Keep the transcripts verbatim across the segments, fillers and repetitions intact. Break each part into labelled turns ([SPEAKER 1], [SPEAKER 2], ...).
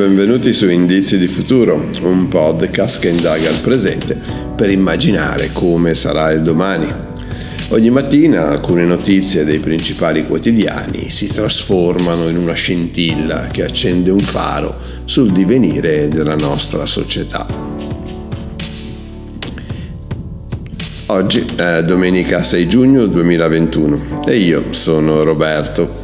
[SPEAKER 1] benvenuti su Indizi di Futuro, un podcast che indaga il presente per immaginare come sarà il domani. Ogni mattina alcune notizie dei principali quotidiani si trasformano in una scintilla che accende un faro sul divenire della nostra società. Oggi è domenica sei giugno duemilaventuno e io sono Roberto.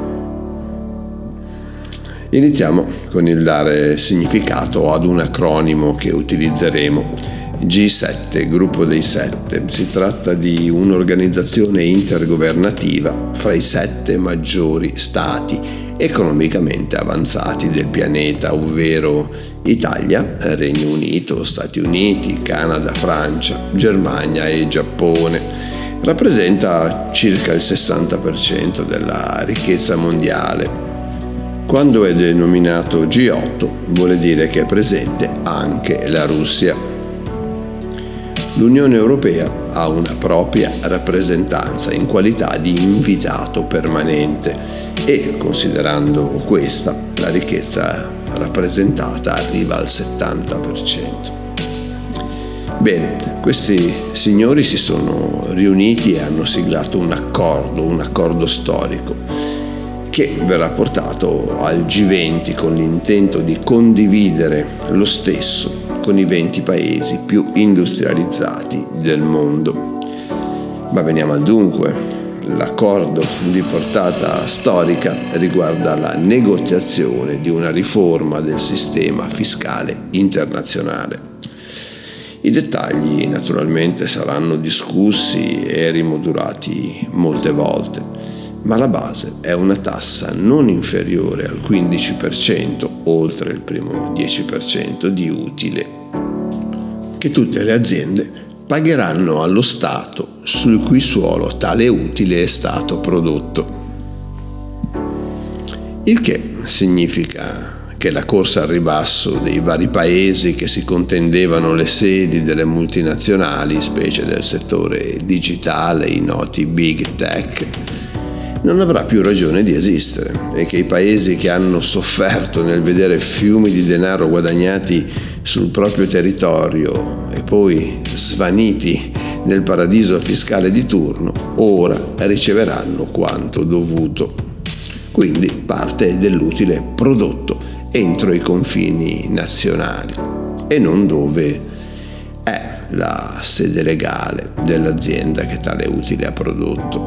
[SPEAKER 1] Iniziamo con il dare significato ad un acronimo che utilizzeremo, G sette, Gruppo dei Sette. Si tratta di un'organizzazione intergovernativa fra i sette maggiori stati economicamente avanzati del pianeta, ovvero Italia, Regno Unito, Stati Uniti, Canada, Francia, Germania e Giappone. Rappresenta circa il sessanta per cento della ricchezza mondiale. Quando è denominato G otto vuole dire che è presente anche la Russia. L'Unione Europea ha una propria rappresentanza in qualità di invitato permanente e, considerando questa, la ricchezza rappresentata arriva al settanta per cento. Bene, questi signori si sono riuniti e hanno siglato un accordo, un accordo storico, che verrà portato al G venti con l'intento di condividere lo stesso con i venti paesi più industrializzati del mondo. Ma veniamo al dunque. L'accordo di portata storica riguarda la negoziazione di una riforma del sistema fiscale internazionale. I dettagli naturalmente saranno discussi e rimodulati molte volte, ma la base è una tassa non inferiore al quindici per cento, oltre il primo dieci per cento di utile, che tutte le aziende pagheranno allo Stato sul cui suolo tale utile è stato prodotto. Il che significa che la corsa al ribasso dei vari paesi che si contendevano le sedi delle multinazionali, specie del settore digitale, i noti big tech, non avrà più ragione di esistere e che i paesi che hanno sofferto nel vedere fiumi di denaro guadagnati sul proprio territorio e poi svaniti nel paradiso fiscale di turno, ora riceveranno quanto dovuto. Quindi parte dell'utile prodotto entro i confini nazionali e non dove è la sede legale dell'azienda che tale utile ha prodotto.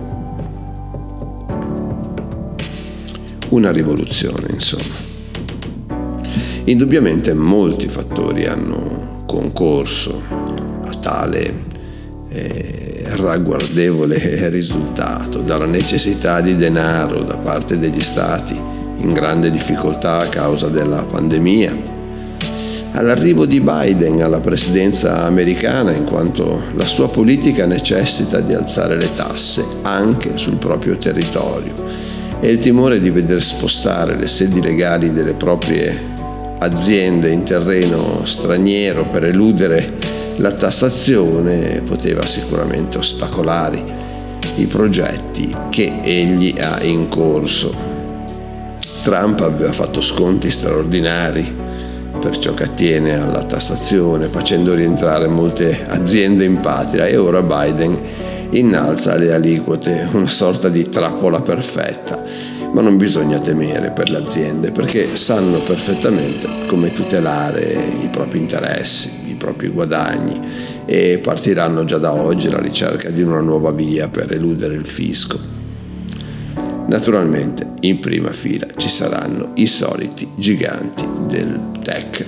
[SPEAKER 1] Una rivoluzione, insomma. Indubbiamente molti fattori hanno concorso a tale eh, ragguardevole risultato, dalla necessità di denaro da parte degli stati in grande difficoltà a causa della pandemia, all'arrivo di Biden alla presidenza americana, in quanto la sua politica necessita di alzare le tasse anche sul proprio territorio, e il timore di veder spostare le sedi legali delle proprie aziende in terreno straniero per eludere la tassazione poteva sicuramente ostacolare i progetti che egli ha in corso. Trump aveva fatto sconti straordinari per ciò che attiene alla tassazione, facendo rientrare molte aziende in patria, e ora Biden innalza le aliquote, una sorta di trappola perfetta. Ma non bisogna temere per le aziende, perché sanno perfettamente come tutelare i propri interessi, i propri guadagni, e partiranno già da oggi alla ricerca di una nuova via per eludere il fisco. Naturalmente in prima fila ci saranno i soliti giganti del tech.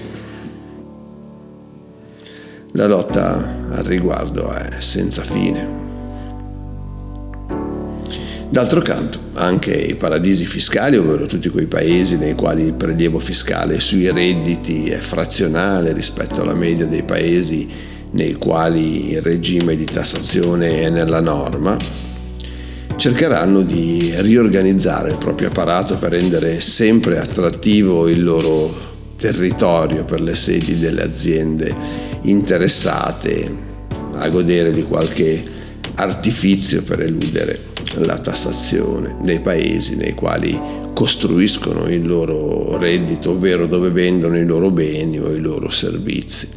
[SPEAKER 1] La lotta al riguardo è senza fine. D'altro canto, anche i paradisi fiscali, ovvero tutti quei paesi nei quali il prelievo fiscale sui redditi è frazionale rispetto alla media dei paesi nei quali il regime di tassazione è nella norma, cercheranno di riorganizzare il proprio apparato per rendere sempre attrattivo il loro territorio per le sedi delle aziende interessate a godere di qualche artifizio per eludere la tassazione nei paesi nei quali costruiscono il loro reddito, ovvero dove vendono i loro beni o i loro servizi.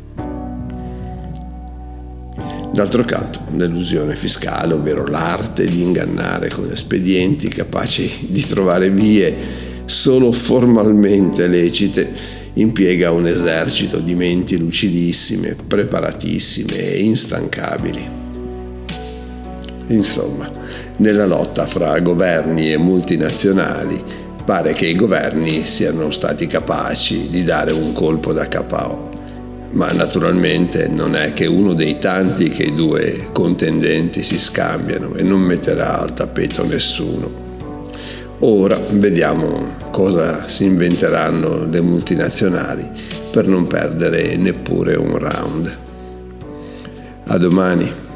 [SPEAKER 1] D'altro canto, l'elusione fiscale, ovvero l'arte di ingannare con espedienti capaci di trovare vie solo formalmente lecite, impiega un esercito di menti lucidissime, preparatissime e instancabili. Insomma, nella lotta fra governi e multinazionali, pare che i governi siano stati capaci di dare un colpo da K O. Ma naturalmente non è che uno dei tanti che i due contendenti si scambiano e non metterà al tappeto nessuno. Ora vediamo cosa si inventeranno le multinazionali per non perdere neppure un round. A domani.